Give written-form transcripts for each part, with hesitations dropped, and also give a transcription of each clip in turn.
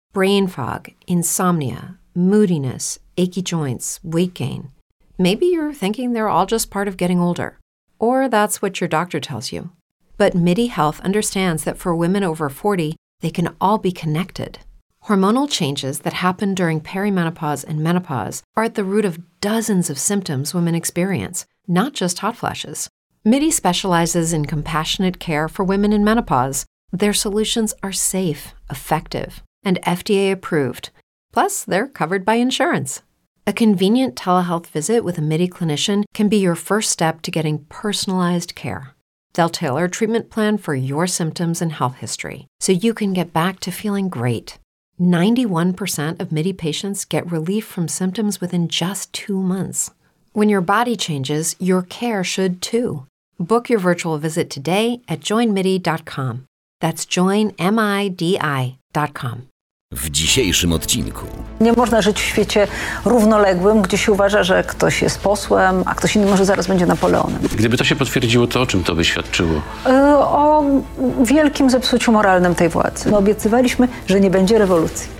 brain fog, insomnia, moodiness, achy joints, weight gain. Maybe you're thinking they're all just part of getting older, or that's what your doctor tells you. But MIDI Health understands that for women over 40, they can all be connected. Hormonal changes that happen during perimenopause and menopause are at the root of dozens of symptoms women experience, not just hot flashes. MIDI specializes in compassionate care for women in menopause. Their solutions are safe, effective, and FDA approved. Plus, they're covered by insurance. A convenient telehealth visit with a MIDI clinician can be your first step to getting personalized care. They'll tailor a treatment plan for your symptoms and health history, so you can get back to feeling great. 91% of MIDI patients get relief from symptoms within just 2 months. When your body changes, your care should too. Book your virtual visit today at joinmidi.com. That's joinmidi.com. W dzisiejszym odcinku. Nie można żyć w świecie równoległym, gdzie się uważa, że ktoś jest posłem, a ktoś inny może zaraz będzie Napoleonem. Gdyby to się potwierdziło, to o czym to by świadczyło? O wielkim zepsuciu moralnym tej władzy. Obiecywaliśmy, że nie będzie rewolucji.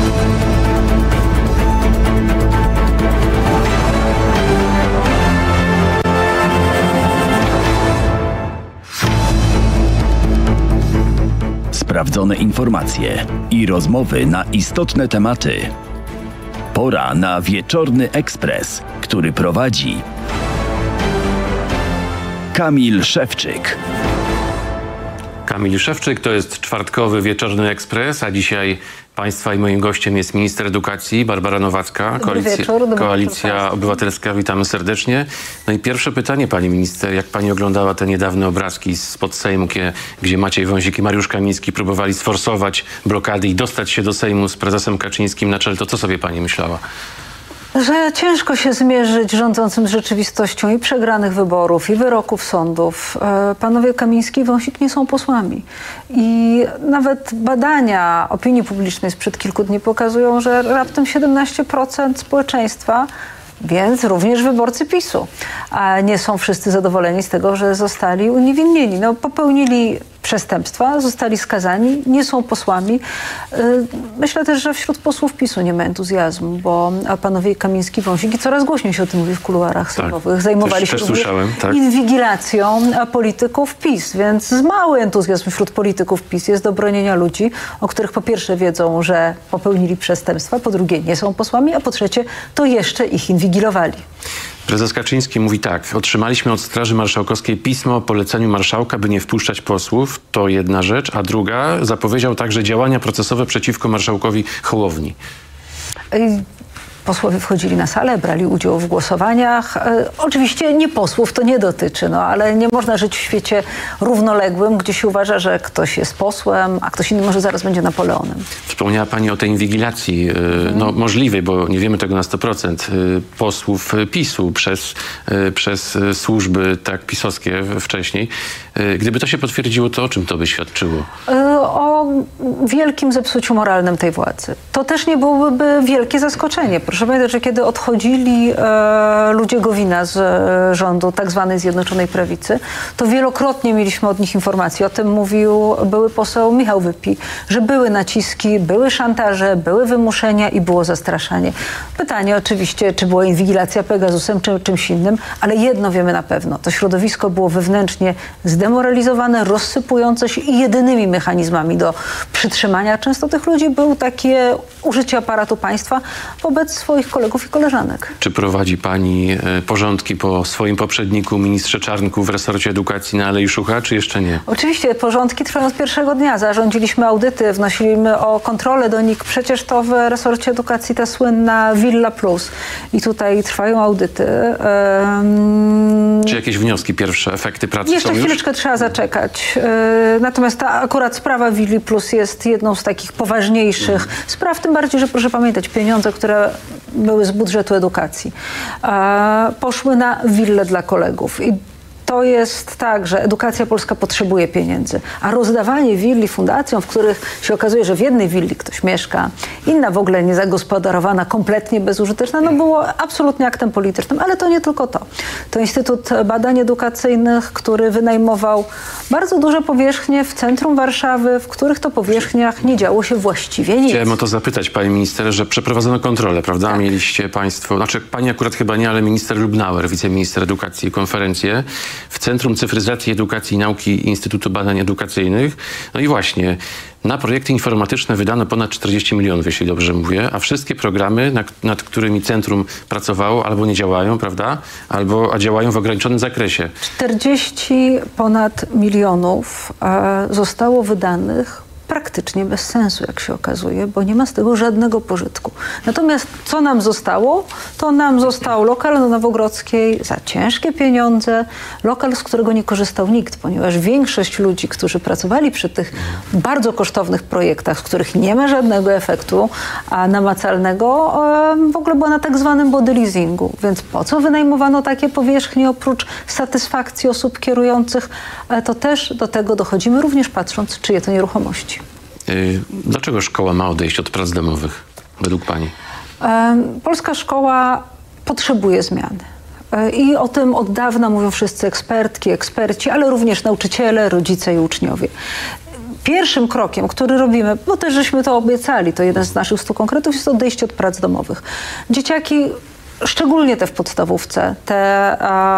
Sprawdzone informacje i rozmowy na istotne tematy. Pora na Wieczorny Ekspres, który prowadzi Kamil Szewczyk. Kamil Szewczyk, to jest czwartkowy Wieczorny Ekspres, a dzisiaj Państwa i moim gościem jest minister edukacji Barbara Nowacka, Koalicja Obywatelska. Witamy serdecznie. No i pierwsze pytanie, pani minister, jak pani oglądała te niedawne obrazki spod Sejmu, gdzie Maciej Wąsik i Mariusz Kamiński próbowali sforsować blokady i dostać się do Sejmu z prezesem Kaczyńskim na czele, to co sobie pani myślała? Że ciężko się zmierzyć rządzącym z rzeczywistością i przegranych wyborów, i wyroków sądów. Panowie Kamiński i Wąsik nie są posłami. I nawet badania opinii publicznej sprzed kilku dni pokazują, że raptem 17% społeczeństwa, więc również wyborcy PiS-u, a nie są wszyscy zadowoleni z tego, że zostali uniewinnieni. No, popełnili przestępstwa, zostali skazani, nie są posłami. Myślę też, że wśród posłów PiS-u nie ma entuzjazmu, bo panowie Kamiński, Wąsik, i coraz głośniej się o tym mówi w kuluarach sejmowych, zajmowali się inwigilacją polityków PiS, więc mały entuzjazm wśród polityków PiS jest do bronienia ludzi, o których po pierwsze wiedzą, że popełnili przestępstwa, po drugie nie są posłami, a po trzecie to jeszcze ich inwigilowali. Prezes Kaczyński mówi tak: otrzymaliśmy od Straży Marszałkowskiej pismo o poleceniu marszałka, by nie wpuszczać posłów. To jedna rzecz. A druga, zapowiedział także działania procesowe przeciwko marszałkowi Hołowni. Posłowie wchodzili na salę, brali udział w głosowaniach. Oczywiście nie posłów to nie dotyczy, ale nie można żyć w świecie równoległym, gdzie się uważa, że ktoś jest posłem, a ktoś inny może zaraz będzie Napoleonem. Wspomniała pani o tej inwigilacji, możliwej, bo nie wiemy tego na 100%, posłów PiS-u przez służby tak pisowskie wcześniej. Gdyby to się potwierdziło, to o czym to by świadczyło? O wielkim zepsuciu moralnym tej władzy. To też nie byłoby wielkie zaskoczenie. Proszę pamiętać, że kiedy odchodzili ludzie Gowina z rządu tak zwanej Zjednoczonej Prawicy, to wielokrotnie mieliśmy od nich informacje. O tym mówił były poseł Michał Wypij, że były naciski, były szantaże, były wymuszenia i było zastraszanie. Pytanie oczywiście, czy była inwigilacja Pegasusem, czy czymś innym, ale jedno wiemy na pewno. To środowisko było wewnętrznie zdemoralizowane, rozsypujące się i jedynymi mechanizmami do przytrzymania często tych ludzi był takie użycie aparatu państwa wobec swoich kolegów i koleżanek. Czy prowadzi pani porządki po swoim poprzedniku, ministrze Czarnku w resorcie edukacji na Alei Szucha, czy jeszcze nie? Oczywiście, porządki trwają od pierwszego dnia. Zarządziliśmy audyty, wnosiliśmy o kontrolę do NIK. Przecież to w resorcie edukacji ta słynna Villa Plus. I tutaj trwają audyty. Czy jakieś wnioski, pierwsze efekty pracy jeszcze są już? Chwileczkę trzeba zaczekać. Natomiast ta akurat sprawa Willi Plus jest jedną z takich poważniejszych spraw, tym bardziej, że proszę pamiętać, pieniądze, które były z budżetu edukacji, poszły na willę dla kolegów. I to jest tak, że edukacja polska potrzebuje pieniędzy, a rozdawanie willi fundacjom, w których się okazuje, że w jednej willi ktoś mieszka, inna w ogóle niezagospodarowana, kompletnie bezużyteczna, no było absolutnie aktem politycznym, ale to nie tylko to. To Instytut Badań Edukacyjnych, który wynajmował bardzo duże powierzchnie w centrum Warszawy, w których to powierzchniach nie działo się właściwie nic. Chciałem o to zapytać, panie minister, że przeprowadzono kontrolę, prawda? Tak. Mieliście państwo, znaczy pani akurat chyba nie, ale minister Lubnauer, wiceminister edukacji, konferencję w Centrum Cyfryzacji Edukacji i Nauki Instytutu Badań Edukacyjnych. No i właśnie, na projekty informatyczne wydano ponad 40 milionów, jeśli dobrze mówię, a wszystkie programy, nad którymi centrum pracowało, albo nie działają, prawda? A działają w ograniczonym zakresie. 40 ponad milionów zostało wydanych praktycznie bez sensu, jak się okazuje, bo nie ma z tego żadnego pożytku. Natomiast co nam zostało? To nam został lokal na Nowogrodzkiej za ciężkie pieniądze. Lokal, z którego nie korzystał nikt, ponieważ większość ludzi, którzy pracowali przy tych bardzo kosztownych projektach, z których nie ma żadnego efektu namacalnego, w ogóle była na tak zwanym body leasingu. Więc po co wynajmowano takie powierzchnie oprócz satysfakcji osób kierujących? To też do tego dochodzimy, również patrząc, czyje to nieruchomości. Dlaczego szkoła ma odejść od prac domowych, według pani? Polska szkoła potrzebuje zmiany. I o tym od dawna mówią wszyscy ekspertki, eksperci, ale również nauczyciele, rodzice i uczniowie. Pierwszym krokiem, który robimy, bo też żeśmy to obiecali, to jeden z naszych 100 konkretów, jest odejście od prac domowych. Dzieciaki, szczególnie te w podstawówce, te,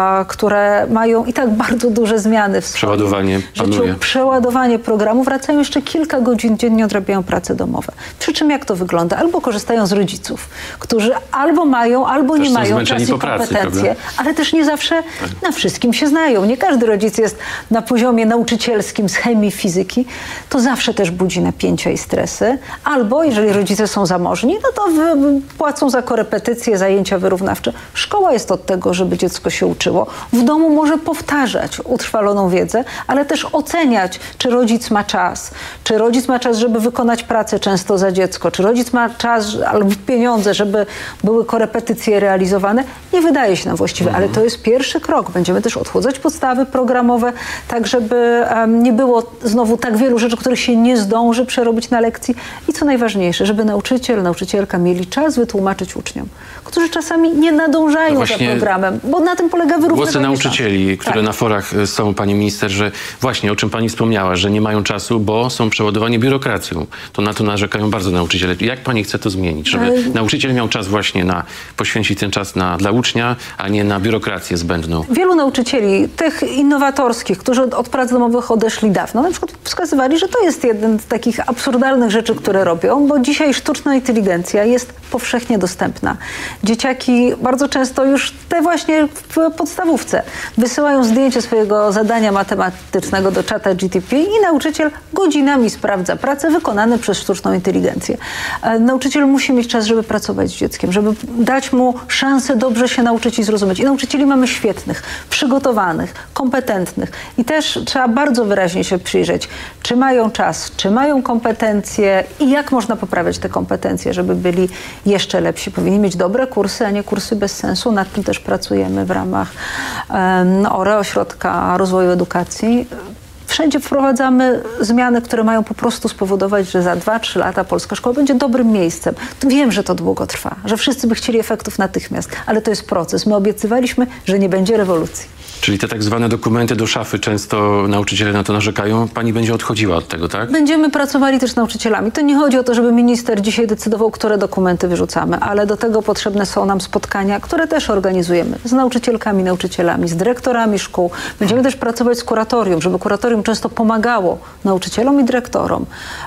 które mają i tak bardzo duże zmiany w swoim życiu, przeładowanie programu, wracają jeszcze kilka godzin dziennie, odrabiają prace domowe. Przy czym jak to wygląda? Albo korzystają z rodziców, którzy albo mają, albo nie mają czas i kompetencje, ale też nie zawsze na wszystkim się znają. Nie każdy rodzic jest na poziomie nauczycielskim z chemii, fizyki. To zawsze też budzi napięcia i stresy. Albo, jeżeli rodzice są zamożni, no to płacą za korepetycje, zajęcia wyrównawcze. Szkoła jest od tego, żeby dziecko się uczyło. W domu może powtarzać utrwaloną wiedzę, ale też oceniać, czy rodzic ma czas. Czy rodzic ma czas, żeby wykonać pracę często za dziecko. Czy rodzic ma czas albo pieniądze, żeby były korepetycje realizowane. Nie wydaje się nam właściwe, ale to jest pierwszy krok. Będziemy też odchudzać podstawy programowe, tak żeby nie było znowu tak wielu rzeczy, których się nie zdąży przerobić na lekcji. I co najważniejsze, żeby nauczyciel, nauczycielka mieli czas wytłumaczyć uczniom, którzy czasami nie nadążają za programem, bo na tym polega wyrównywanie Głosy nauczycieli, które na forach są, pani minister, że właśnie o czym pani wspomniała, że nie mają czasu, bo są przeładowani biurokracją. To na to narzekają bardzo nauczyciele. Jak pani chce to zmienić? Żeby nauczyciel miał czas właśnie poświęcić ten czas dla ucznia, a nie na biurokrację zbędną. Wielu nauczycieli, tych innowatorskich, którzy od prac domowych odeszli dawno, na przykład wskazywali, że to jest jeden z takich absurdalnych rzeczy, które robią, bo dzisiaj sztuczna inteligencja jest powszechnie dostępna. Dzieciaki bardzo często już te właśnie w podstawówce wysyłają zdjęcie swojego zadania matematycznego do czata GTP i nauczyciel godzinami sprawdza prace wykonane przez sztuczną inteligencję. Nauczyciel musi mieć czas, żeby pracować z dzieckiem, żeby dać mu szansę dobrze się nauczyć i zrozumieć. I nauczycieli mamy świetnych, przygotowanych, kompetentnych. I też trzeba bardzo wyraźnie się przyjrzeć, czy mają czas, czy mają kompetencje i jak można poprawiać te kompetencje, żeby byli jeszcze lepsi. Powinni mieć dobre kursy, a nie kursy bez sensu. Nad tym też pracujemy w ramach ORE, Ośrodka Rozwoju Edukacji. Wszędzie wprowadzamy zmiany, które mają po prostu spowodować, że za 2-3 lata polska szkoła będzie dobrym miejscem. Wiem, że to długo trwa, że wszyscy by chcieli efektów natychmiast, ale to jest proces. My obiecywaliśmy, że nie będzie rewolucji. Czyli te tak zwane dokumenty do szafy, często nauczyciele na to narzekają. Pani będzie odchodziła od tego, tak? Będziemy pracowali też z nauczycielami. To nie chodzi o to, żeby minister dzisiaj decydował, które dokumenty wyrzucamy, ale do tego potrzebne są nam spotkania, które też organizujemy z nauczycielkami, nauczycielami, z dyrektorami szkół. Będziemy też pracować z kuratorium, żeby kuratorium często pomagało nauczycielom i dyrektorom,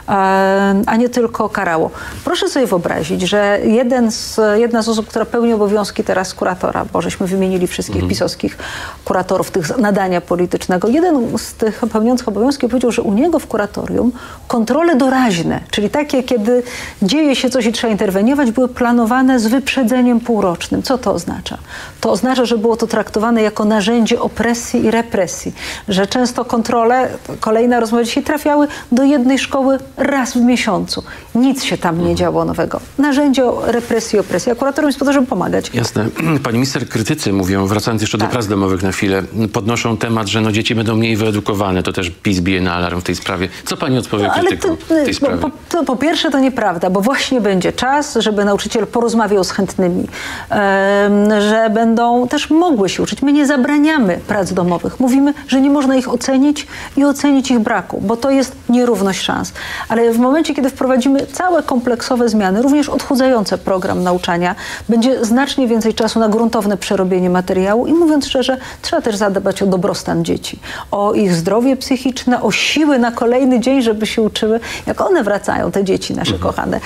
a nie tylko karało. Proszę sobie wyobrazić, że jedna z osób, która pełni obowiązki teraz kuratora, bo żeśmy wymienili wszystkich pisowskich kuratorów, tych nadania politycznego. Jeden z tych pełniących obowiązki powiedział, że u niego w kuratorium kontrole doraźne, czyli takie, kiedy dzieje się coś i trzeba interweniować, były planowane z wyprzedzeniem półrocznym. Co to oznacza? To oznacza, że było to traktowane jako narzędzie opresji i represji, że często kontrole, kolejna rozmowa dzisiaj, trafiały do jednej szkoły raz w miesiącu. Nic się tam nie działo nowego. Narzędzie represji i opresji. A kuratorium jest po to, żeby pomagać. Jasne. Pani minister, krytycy mówią, wracając jeszcze do prac domowych na chwilę, chwilę podnoszą temat, że dzieci będą mniej wyedukowane. To też PiS bije na alarm w tej sprawie. Co pani odpowie krytykom tej sprawy? Po pierwsze to nieprawda, bo właśnie będzie czas, żeby nauczyciel porozmawiał z chętnymi, że będą też mogły się uczyć. My nie zabraniamy prac domowych. Mówimy, że nie można ich ocenić i ocenić ich braku, bo to jest nierówność szans. Ale w momencie, kiedy wprowadzimy całe kompleksowe zmiany, również odchudzające program nauczania, będzie znacznie więcej czasu na gruntowne przerobienie materiału i mówiąc szczerze, trzeba też zadbać o dobrostan dzieci, o ich zdrowie psychiczne, o siły na kolejny dzień, żeby się uczyły, jak one wracają, te dzieci nasze kochane,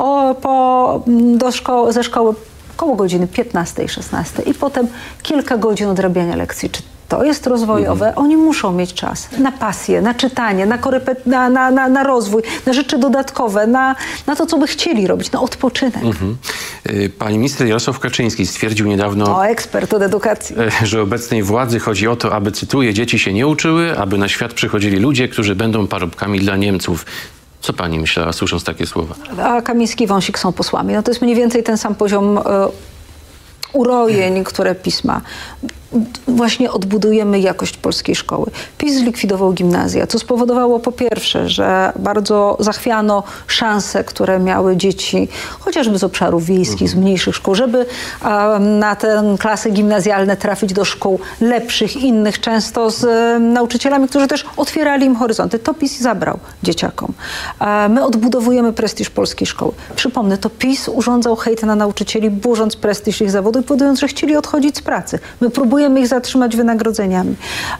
ze szkoły koło godziny 15-16 i potem kilka godzin odrabiania lekcji. Czy to jest rozwojowe? Oni muszą mieć czas na pasję, na czytanie, na rozwój, na rzeczy dodatkowe, na to, co by chcieli robić, na odpoczynek. Pani minister Jarosław Kaczyński stwierdził niedawno... ekspert od edukacji. ...że obecnej władzy chodzi o to, aby, cytuję, dzieci się nie uczyły, aby na świat przychodzili ludzie, którzy będą parobkami dla Niemców. Co pani myślała, słysząc takie słowa? A Kamiński i Wąsik są posłami. To jest mniej więcej ten sam poziom urojeń, które PiS ma. Właśnie odbudujemy jakość polskiej szkoły. PiS zlikwidował gimnazja, co spowodowało po pierwsze, że bardzo zachwiano szanse, które miały dzieci chociażby z obszarów wiejskich, z mniejszych szkół, żeby na te klasy gimnazjalne trafić do szkół lepszych, innych, często z nauczycielami, którzy też otwierali im horyzonty. To PiS zabrał dzieciakom. My odbudowujemy prestiż polskiej szkoły. Przypomnę, to PiS urządzał hejt na nauczycieli, burząc prestiż ich zawodu i powodując, że chcieli odchodzić z pracy. My próbujemy ich zatrzymać wynagrodzeniami.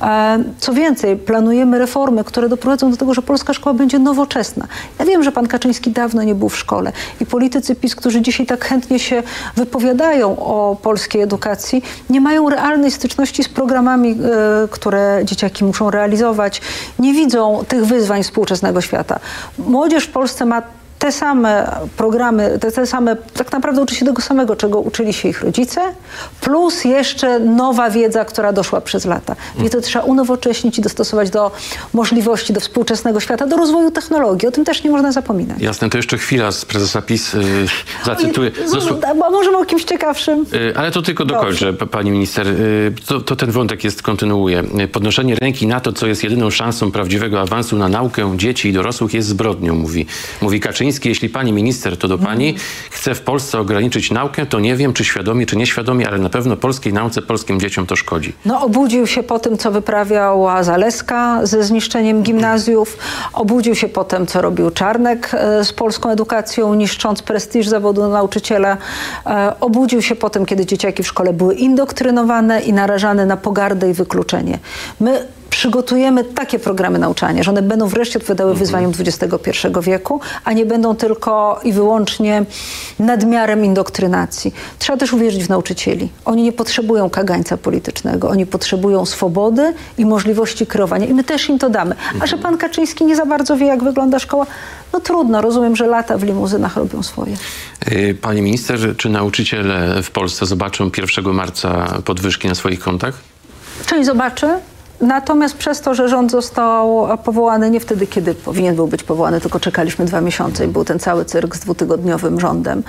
Co więcej, planujemy reformy, które doprowadzą do tego, że polska szkoła będzie nowoczesna. Ja wiem, że pan Kaczyński dawno nie był w szkole i politycy PiS, którzy dzisiaj tak chętnie się wypowiadają o polskiej edukacji, nie mają realnej styczności z programami, które dzieciaki muszą realizować. Nie widzą tych wyzwań współczesnego świata. Młodzież w Polsce ma te same programy, te same, tak naprawdę uczy się tego samego, czego uczyli się ich rodzice, plus jeszcze nowa wiedza, która doszła przez lata. Wiedzę trzeba unowocześnić i dostosować do możliwości, do współczesnego świata, do rozwoju technologii. O tym też nie można zapominać. Jasne, to jeszcze chwila z prezesa PiS zacytuję. A możemy o kimś ciekawszym? Ale to tylko dokończę, pani minister. To ten wątek kontynuuję. Podnoszenie ręki na to, co jest jedyną szansą prawdziwego awansu na naukę dzieci i dorosłych, jest zbrodnią, mówi Kaczyński. Jeśli pani minister, to do pani, chce w Polsce ograniczyć naukę, to nie wiem, czy świadomie, czy nieświadomie, ale na pewno polskiej nauce, polskim dzieciom to szkodzi. Obudził się po tym, co wyprawiała Zalewska ze zniszczeniem gimnazjów. Obudził się po tym, co robił Czarnek z polską edukacją, niszcząc prestiż zawodu nauczyciela. Obudził się po tym, kiedy dzieciaki w szkole były indoktrynowane i narażane na pogardę i wykluczenie. My przygotujemy takie programy nauczania, że one będą wreszcie odpowiadały wyzwaniom XXI wieku, a nie będą tylko i wyłącznie nadmiarem indoktrynacji. Trzeba też uwierzyć w nauczycieli. Oni nie potrzebują kagańca politycznego. Oni potrzebują swobody i możliwości kreowania. I my też im to damy. A że pan Kaczyński nie za bardzo wie, jak wygląda szkoła, trudno. Rozumiem, że lata w limuzynach robią swoje. Pani minister, czy nauczyciele w Polsce zobaczą 1 marca podwyżki na swoich kontach? Część zobaczy. Natomiast przez to, że rząd został powołany nie wtedy, kiedy powinien był być powołany, tylko czekaliśmy 2 miesiące i był ten cały cyrk z 2-tygodniowym rządem,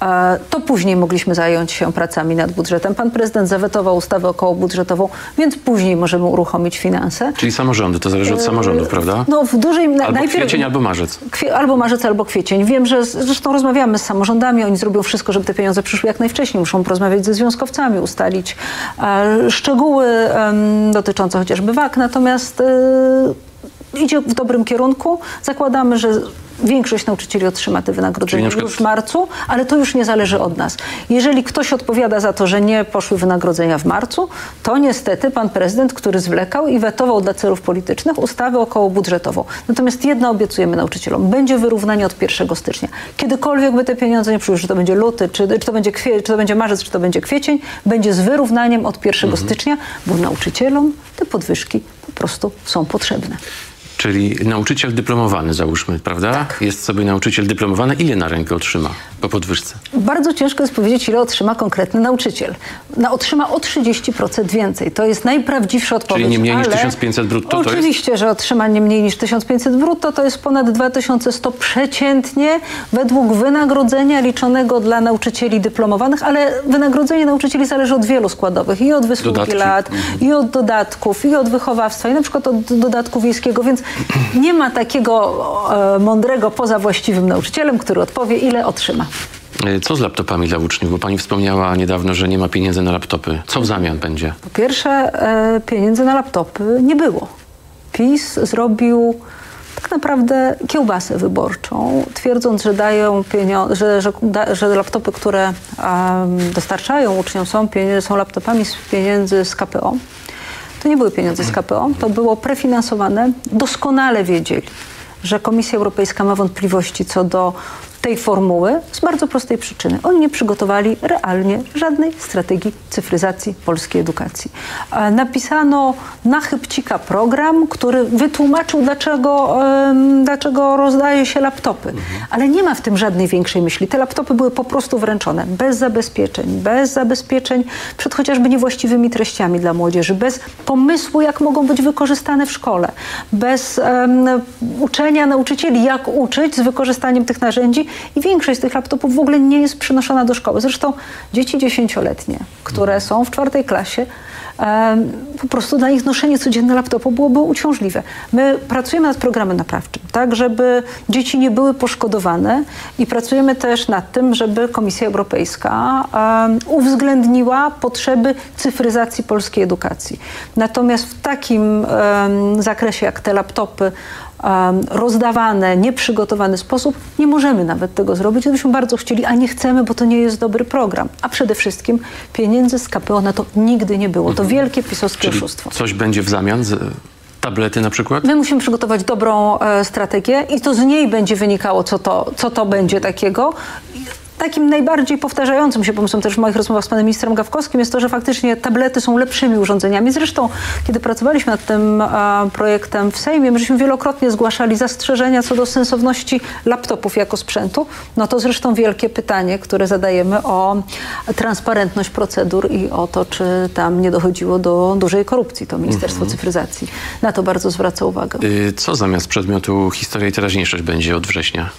to później mogliśmy zająć się pracami nad budżetem. Pan prezydent zawetował ustawę okołobudżetową, więc później możemy uruchomić finanse. Czyli samorządy, to zależy od samorządów, prawda? W dużej... Albo kwiecień, albo marzec. Albo marzec, albo kwiecień. Wiem, że zresztą rozmawiamy z samorządami, oni zrobią wszystko, żeby te pieniądze przyszły jak najwcześniej. Muszą porozmawiać ze związkowcami, ustalić szczegóły dotyczące chociażby WAK, natomiast idzie w dobrym kierunku. Zakładamy, że większość nauczycieli otrzyma te wynagrodzenia już w marcu, ale to już nie zależy od nas. Jeżeli ktoś odpowiada za to, że nie poszły wynagrodzenia w marcu, to niestety pan prezydent, który zwlekał i wetował dla celów politycznych ustawę okołobudżetową. Natomiast jedno obiecujemy nauczycielom. Będzie wyrównanie od 1 stycznia. Kiedykolwiek by te pieniądze nie przyszły, czy to będzie luty, czy to będzie marzec, czy to będzie kwiecień, będzie z wyrównaniem od 1 stycznia, bo nauczycielom te podwyżki po prostu są potrzebne. Czyli nauczyciel dyplomowany, załóżmy, prawda? Tak. Jest sobie nauczyciel dyplomowany. Ile na rękę otrzyma? po podwyżce? Bardzo ciężko jest powiedzieć, ile otrzyma konkretny nauczyciel. Otrzyma o 30% więcej. To jest najprawdziwsza odpowiedź. Czyli nie mniej niż 1500 brutto? Oczywiście, że otrzyma nie mniej niż 1500 brutto. To jest ponad 2100 przeciętnie według wynagrodzenia liczonego dla nauczycieli dyplomowanych, ale wynagrodzenie nauczycieli zależy od wielu składowych. I od wysługi lat, i od dodatków, i od wychowawstwa, i na przykład od dodatku wiejskiego. Więc nie ma takiego mądrego poza właściwym nauczycielem, który odpowie, ile otrzyma. Co z laptopami dla uczniów? Bo pani wspomniała niedawno, że nie ma pieniędzy na laptopy. Co w zamian będzie? Po pierwsze, pieniędzy na laptopy nie było. PiS zrobił tak naprawdę kiełbasę wyborczą, twierdząc, że dają że laptopy, które dostarczają uczniom są laptopami z pieniędzy z KPO. To nie były pieniądze z KPO, to było prefinansowane. Doskonale wiedzieli, że Komisja Europejska ma wątpliwości co do tej formuły z bardzo prostej przyczyny. Oni nie przygotowali realnie żadnej strategii cyfryzacji polskiej edukacji. Napisano na chybcika program, który wytłumaczył, dlaczego rozdaje się laptopy. Ale nie ma w tym żadnej większej myśli. Te laptopy były po prostu wręczone bez zabezpieczeń przed chociażby niewłaściwymi treściami dla młodzieży, bez pomysłu, jak mogą być wykorzystane w szkole, bez uczenia nauczycieli, jak uczyć z wykorzystaniem tych narzędzi. I większość z tych laptopów w ogóle nie jest przynoszona do szkoły. Zresztą dzieci 10-letnie, które są w 4. klasie, po prostu dla nich noszenie codzienne laptopu byłoby uciążliwe. My pracujemy nad programem naprawczym, tak, żeby dzieci nie były poszkodowane i pracujemy też nad tym, żeby Komisja Europejska uwzględniła potrzeby cyfryzacji polskiej edukacji. Natomiast w takim zakresie jak te laptopy rozdawane, nieprzygotowany sposób, nie możemy nawet tego zrobić, gdybyśmy bardzo chcieli, a nie chcemy, bo to nie jest dobry program. A przede wszystkim pieniędzy z KPO na to nigdy nie było. To wielkie pisowskie oszustwo. Coś będzie w zamian? Tablety na przykład? My musimy przygotować dobrą strategię i to z niej będzie wynikało, co to będzie takiego. Takim najbardziej powtarzającym się pomysłem też w moich rozmowach z panem ministrem Gawkowskim jest to, że faktycznie tablety są lepszymi urządzeniami. Zresztą, kiedy pracowaliśmy nad tym projektem w Sejmie, my żeśmy wielokrotnie zgłaszali zastrzeżenia co do sensowności laptopów jako sprzętu. No to zresztą wielkie pytanie, które zadajemy o transparentność procedur i o to, czy tam nie dochodziło do dużej korupcji. To Ministerstwo Cyfryzacji na to bardzo zwraca uwagę. Co zamiast przedmiotu Historia i Teraźniejszość będzie od września?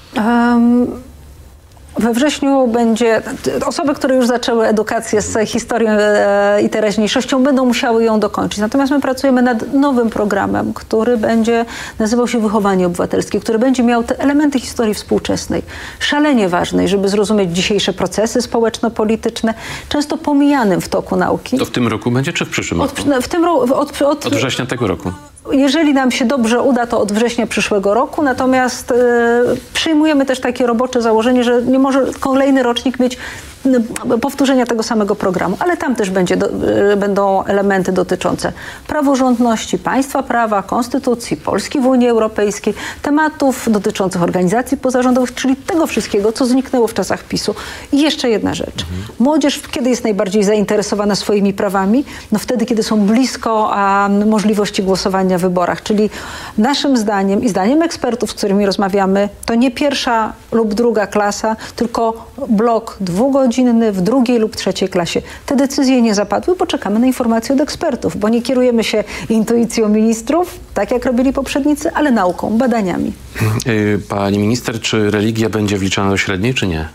We wrześniu będzie, osoby, które już zaczęły edukację z historią i teraźniejszością, będą musiały ją dokończyć. Natomiast my pracujemy nad nowym programem, który będzie nazywał się Wychowanie Obywatelskie, który będzie miał te elementy historii współczesnej, szalenie ważnej, żeby zrozumieć dzisiejsze procesy społeczno-polityczne, często pomijanym w toku nauki. To w tym roku będzie, czy w przyszłym roku? Od września tego roku. Jeżeli nam się dobrze uda, to od września przyszłego roku, natomiast przyjmujemy też takie robocze założenie, że nie może kolejny rocznik mieć powtórzenia tego samego programu, ale tam też będą elementy dotyczące praworządności, państwa prawa, konstytucji, Polski w Unii Europejskiej, tematów dotyczących organizacji pozarządowych, czyli tego wszystkiego, co zniknęło w czasach PiS-u. I jeszcze jedna rzecz. Młodzież kiedy jest najbardziej zainteresowana swoimi prawami? No wtedy, kiedy są blisko możliwości głosowania w wyborach, czyli naszym zdaniem i zdaniem ekspertów, z którymi rozmawiamy, to nie 1. lub 2. klasa, tylko blok 2-godzinny w 2. lub 3. klasie. Te decyzje nie zapadły, bo czekamy na informacje od ekspertów, bo nie kierujemy się intuicją ministrów, tak jak robili poprzednicy, ale nauką, badaniami. Pani minister, czy religia będzie wliczana do średniej, czy nie?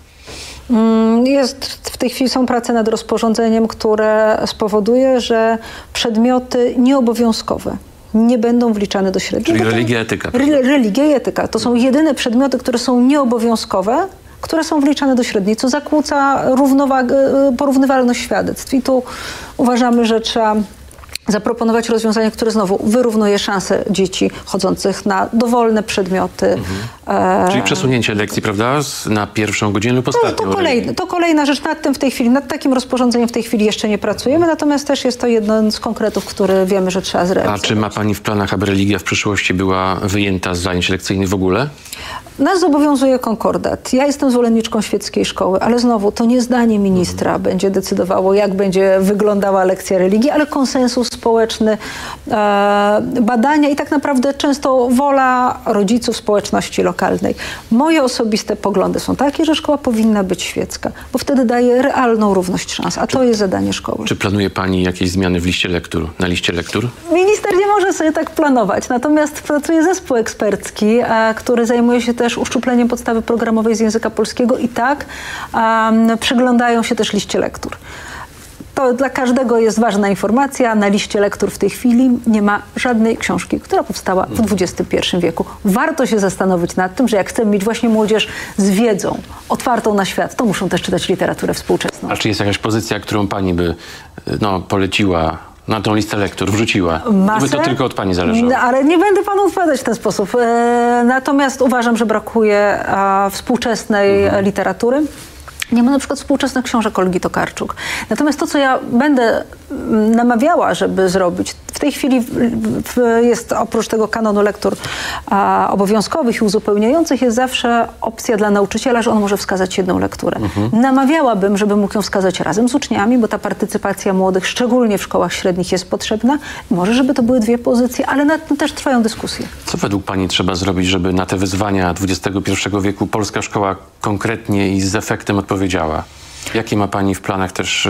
W tej chwili są prace nad rozporządzeniem, które spowoduje, że przedmioty nieobowiązkowe nie będą wliczane do średniej. Czyli religia, etyka. Religia i etyka. To są jedyne przedmioty, które są nieobowiązkowe, które są wliczane do średniej, co zakłóca porównywalność świadectw. I tu uważamy, że trzeba zaproponować rozwiązanie, które znowu wyrównuje szanse dzieci chodzących na dowolne przedmioty. Czyli przesunięcie lekcji, prawda, na 1. godzinę lub ostatnią. To kolejna rzecz. Nad takim rozporządzeniem w tej chwili jeszcze nie pracujemy, natomiast też jest to jeden z konkretów, który wiemy, że trzeba zrealizować. A czy ma pani w planach, aby religia w przyszłości była wyjęta z zajęć lekcyjnych w ogóle? Nas zobowiązuje konkordat. Ja jestem zwolenniczką świeckiej szkoły, ale znowu to nie zdanie ministra będzie decydowało, jak będzie wyglądała lekcja religii, ale konsensus społeczny, badania i tak naprawdę często wola rodziców, społeczności lokalnej. Moje osobiste poglądy są takie, że szkoła powinna być świecka, bo wtedy daje realną równość szans, a to jest zadanie szkoły. Czy planuje pani jakieś zmiany w liście lektur, na liście lektur? Minister nie może sobie tak planować, natomiast pracuje zespół ekspercki, który zajmuje się też uszczupleniem podstawy programowej z języka polskiego i tak przyglądają się też liście lektur. To dla każdego jest ważna informacja. Na liście lektur w tej chwili nie ma żadnej książki, która powstała w XXI wieku. Warto się zastanowić nad tym, że jak chcemy mieć właśnie młodzież z wiedzą otwartą na świat, to muszą też czytać literaturę współczesną. A czy jest jakaś pozycja, którą pani by poleciła na tą listę lektur, wrzuciła? By to tylko od pani zależało. Ale nie będę panu odpowiadać w ten sposób. Natomiast uważam, że brakuje współczesnej literatury. Nie ma na przykład współczesnych książek Olgi Tokarczuk. Natomiast to, co ja będę namawiała, żeby zrobić, w tej chwili jest oprócz tego kanonu lektur obowiązkowych i uzupełniających jest zawsze opcja dla nauczyciela, że on może wskazać jedną lekturę. Namawiałabym, żeby mógł ją wskazać razem z uczniami, bo ta partycypacja młodych, szczególnie w szkołach średnich, jest potrzebna. Może, żeby to były dwie pozycje, ale nad tym też trwają dyskusje. Co według pani trzeba zrobić, żeby na te wyzwania XXI wieku polska szkoła konkretnie i z efektem odpowiedziała? Jakie ma pani w planach też,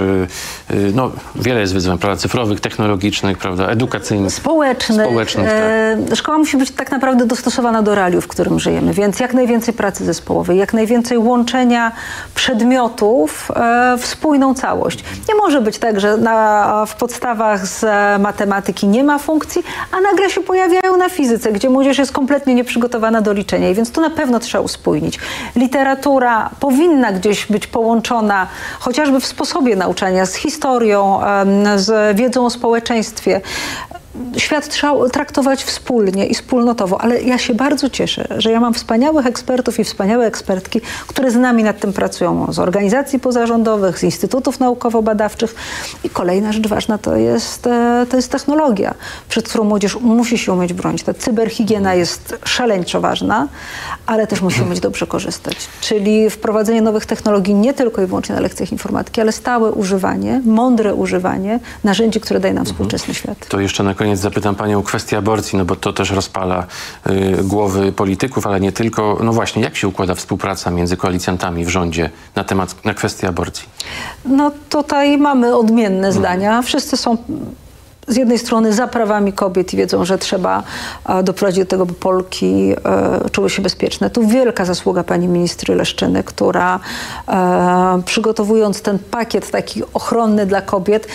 wiele jest wyzwań, prawda, cyfrowych, technologicznych, prawda, edukacyjnych, społecznych tak. Szkoła musi być tak naprawdę dostosowana do realiów, w którym żyjemy, więc jak najwięcej pracy zespołowej, jak najwięcej łączenia przedmiotów w spójną całość. Nie może być tak, że w podstawach z matematyki nie ma funkcji, a nagle się pojawiają na fizyce, gdzie młodzież jest kompletnie nieprzygotowana do liczenia, więc tu na pewno trzeba uspójnić. Literatura powinna gdzieś być połączona chociażby w sposobie nauczania, z historią, z wiedzą o społeczeństwie. Świat trzeba traktować wspólnie i wspólnotowo, ale ja się bardzo cieszę, że ja mam wspaniałych ekspertów i wspaniałe ekspertki, które z nami nad tym pracują, z organizacji pozarządowych, z instytutów naukowo-badawczych. I kolejna rzecz ważna to jest technologia, przed którą młodzież musi się umieć bronić. Ta cyberhigiena jest szaleńczo ważna, ale też musi umieć dobrze korzystać. Czyli wprowadzenie nowych technologii nie tylko i wyłącznie na lekcjach informatyki, ale stałe używanie, mądre używanie narzędzi, które daje nam współczesny świat. To jeszcze na koniec zapytam panią o kwestię aborcji, bo to też rozpala głowy polityków, ale nie tylko. No właśnie, jak się układa współpraca między koalicjantami w rządzie na kwestię aborcji? No tutaj mamy odmienne zdania. Wszyscy są z jednej strony za prawami kobiet i wiedzą, że trzeba doprowadzić do tego, by Polki czuły się bezpieczne. Tu wielka zasługa pani ministry Leszczyny, która przygotowując ten pakiet taki ochronny dla kobiet,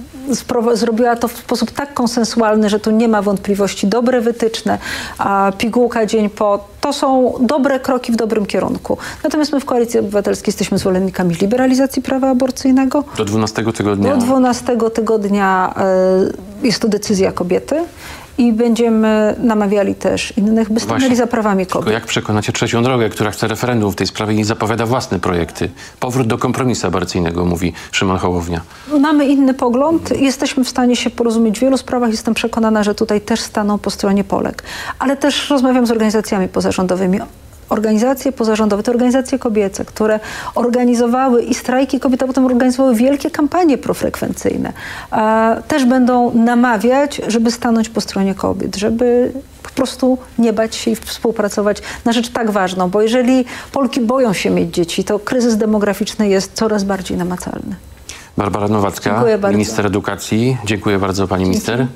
zrobiła to w sposób tak konsensualny, że tu nie ma wątpliwości. Dobre wytyczne, pigułka dzień po, to są dobre kroki w dobrym kierunku. Natomiast my w Koalicji Obywatelskiej jesteśmy zwolennikami liberalizacji prawa aborcyjnego. Do 12 tygodnia? Do 12 tygodnia jest to decyzja kobiety. I będziemy namawiali też innych, by stanęli za prawami kobiet. Jak przekonacie Trzecią Drogę, która chce referendum w tej sprawie i zapowiada własne projekty? Powrót do kompromisu aborcyjnego, mówi Szymon Hołownia. Mamy inny pogląd. Jesteśmy w stanie się porozumieć w wielu sprawach. Jestem przekonana, że tutaj też staną po stronie Polek. Ale też rozmawiam z organizacjami pozarządowymi. Organizacje pozarządowe, to organizacje kobiece, które organizowały i strajki kobiet, a potem organizowały wielkie kampanie profrekwencyjne, też będą namawiać, żeby stanąć po stronie kobiet, żeby po prostu nie bać się i współpracować na rzecz tak ważną, bo jeżeli Polki boją się mieć dzieci, to kryzys demograficzny jest coraz bardziej namacalny. Barbara Nowacka, minister edukacji. Dziękuję bardzo pani minister.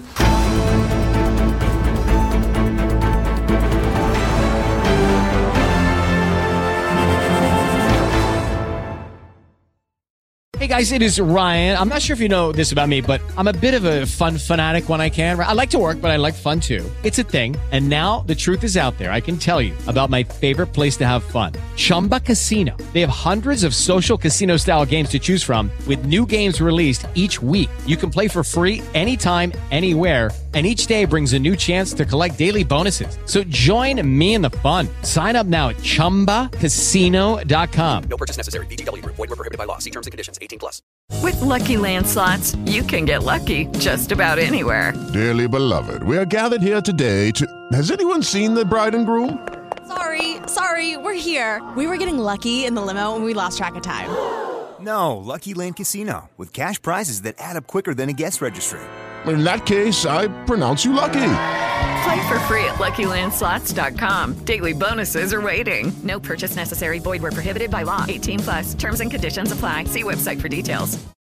Hey guys, it is Ryan. I'm not sure if you know this about me, but I'm a bit of a fun fanatic when I can. I like to work, but I like fun too. It's a thing. And now the truth is out there. I can tell you about my favorite place to have fun. Chumba Casino. They have hundreds of social casino style games to choose from with new games released each week. You can play for free anytime, anywhere. And each day brings a new chance to collect daily bonuses. So join me in the fun. Sign up now at ChumbaCasino.com. No purchase necessary. VGW. Void where prohibited by law. See terms and conditions. 18+. With Lucky Land Slots, you can get lucky just about anywhere. Dearly beloved, we are gathered here today to... Has anyone seen the bride and groom? Sorry, we're here. We were getting lucky in the limo and we lost track of time. No, Lucky Land Casino, with cash prizes that add up quicker than a guest registry. In that case, I pronounce you lucky. Play for free at LuckyLandSlots.com. Daily bonuses are waiting. No purchase necessary. Void where prohibited by law. 18+. Terms and conditions apply. See website for details.